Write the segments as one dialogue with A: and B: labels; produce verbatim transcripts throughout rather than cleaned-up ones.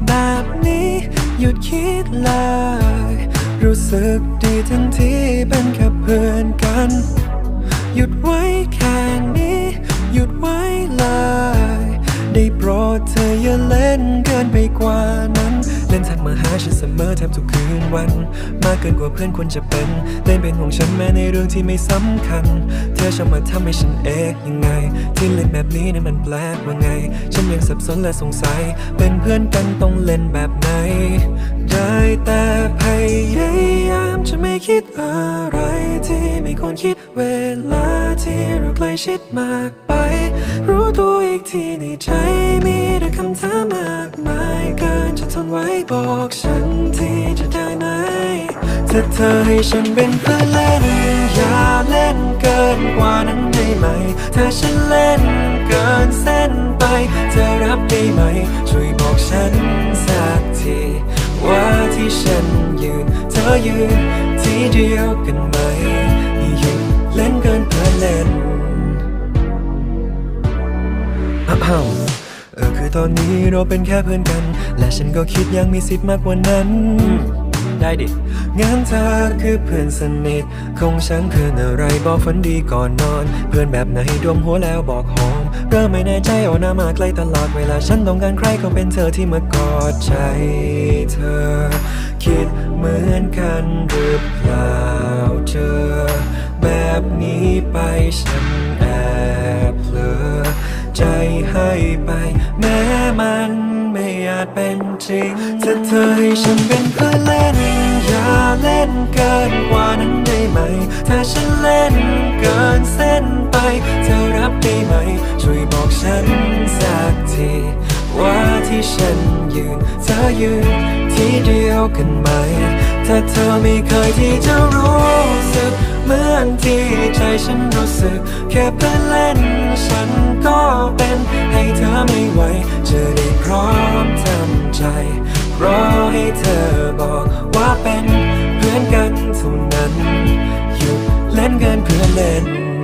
A: แบบนี้หยุดคิดเลยรู้สึกดีทันทีเป็นแค่เพื่อนกันหยุดไว้แค่นี้หยุดไว้เลยได้โปรดเธออย่าเล่นเกินไปกว่านั้นเล่นทักมาหาฉันเสมอแทบทุกคืนวันมากเกินกว่าเพื่อนควรจะเป็นเล่นเป็นห่วงฉันแม้ในเรื่องที่ไม่สำคัญเธอชอบมาทำให้ฉันเอกยังไงที่เล่นแบบนี้นั้นมันแปลกว่าไงฉันยังสับสนและสงสัยเป็นเพื่อนกันต้องเล่นแบบไหนได้แต่พยายามจะไม่คิดอะไรที่ไม่ควรคิดเวลาที่เราใกล้ชิดมากไปรู้ตัวอีกทีในใจมีแต่คำถามมากมายเกินจะทนไว้บอกฉันทีจะได้ไหมถ้าเธอให้ฉันเป็นเพื่อนเล่นอย่าเล่นเกินกว่านั้นได้ไหมถ้าฉันเล่นเกินเส้นไปเธอรับได้ไหมช่วยบอกฉันสักทีว่าที่ฉันยืนเธอยืนที่เดียวกันไหมหยุดเล่นเกินเพื่อนเล่นอ้าวเออคือตอนนี้เราเป็นแค่เพื่อนกันและฉันก็คิดยังมีสิทธิ์มากกว่านั้นได้ดิงั้นเธอคือเพื่อนสนิทของฉันเพื่อนอะไรบอกฝันดีก่อนนอนเพื่อนแบบไหนดมหัวแล้วบอกหอมเริ่มไม่แน่ใจเอาหน้ามาใกล้ตลอดเวลาฉันต้องการใครก็เป็นเธอที่มากอดใจเธอคิดเหมือนกันหรือเปล่าเจอแบบนี้ไปฉันแอบเผลอใจให้ไปแม้มันไม่อาจเป็นจริงถ้าเธอให้ฉันเป็นเพื่อนเล่นอย่าเล่นเกินกว่านั้นได้ไหมถ้าฉันเล่นเกินเส้นไปเธอรับได้ไหมช่วยบอกฉันสักทีว่าที่ฉันยืนเธอยืนที่เดียวกันไหมถ้าเธอไม่เคยที่จะรู้สึกเหมือนที่ใจฉันรู้สึกแค่เพื่อนเล่นฉันก็เป็นให้เธอไม่ไหวจะได้พร้อมทำใจรอให้เธอบอกว่าเป็นเพื่อนกันเท่านั้นหยุดเล่นกันเพื่อนเล่น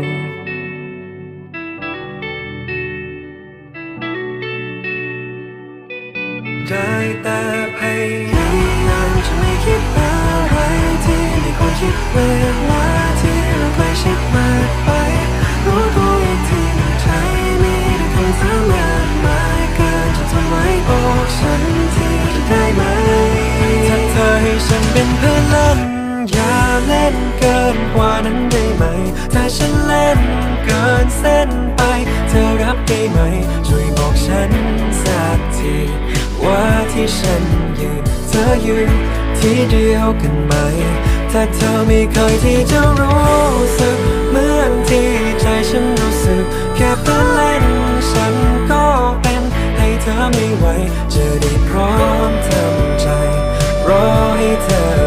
A: ได้แต่พยายามจะไม่คิดอะไรที่ไม่ควรคิดเวลาที่เราใกล้ชิดมากไปรู้ตัวอีกทีในใจมีแต่คำถามมากมายเกินจะทนไว้บอกฉันทีจะได้ไหมถ้าเธอให้ฉันเป็นเพื่อนเล่นอย่าเล่นเกินกว่านั้นได้ไหมถ้าฉันเล่นเกินเส้นไปเธอรับได้ไหมช่วยบอกฉันสักทีว่าที่ฉันยืนเธอยืนที่เดียวกันไหมถ้าเธอไม่เคยที่จะรู้สึกเหมือนที่ใจฉันรู้สึกแค่เพื่อนเล่นฉันก็เป็นให้เธอไม่ไหวจะได้พร้อมทำใจรอให้เธอ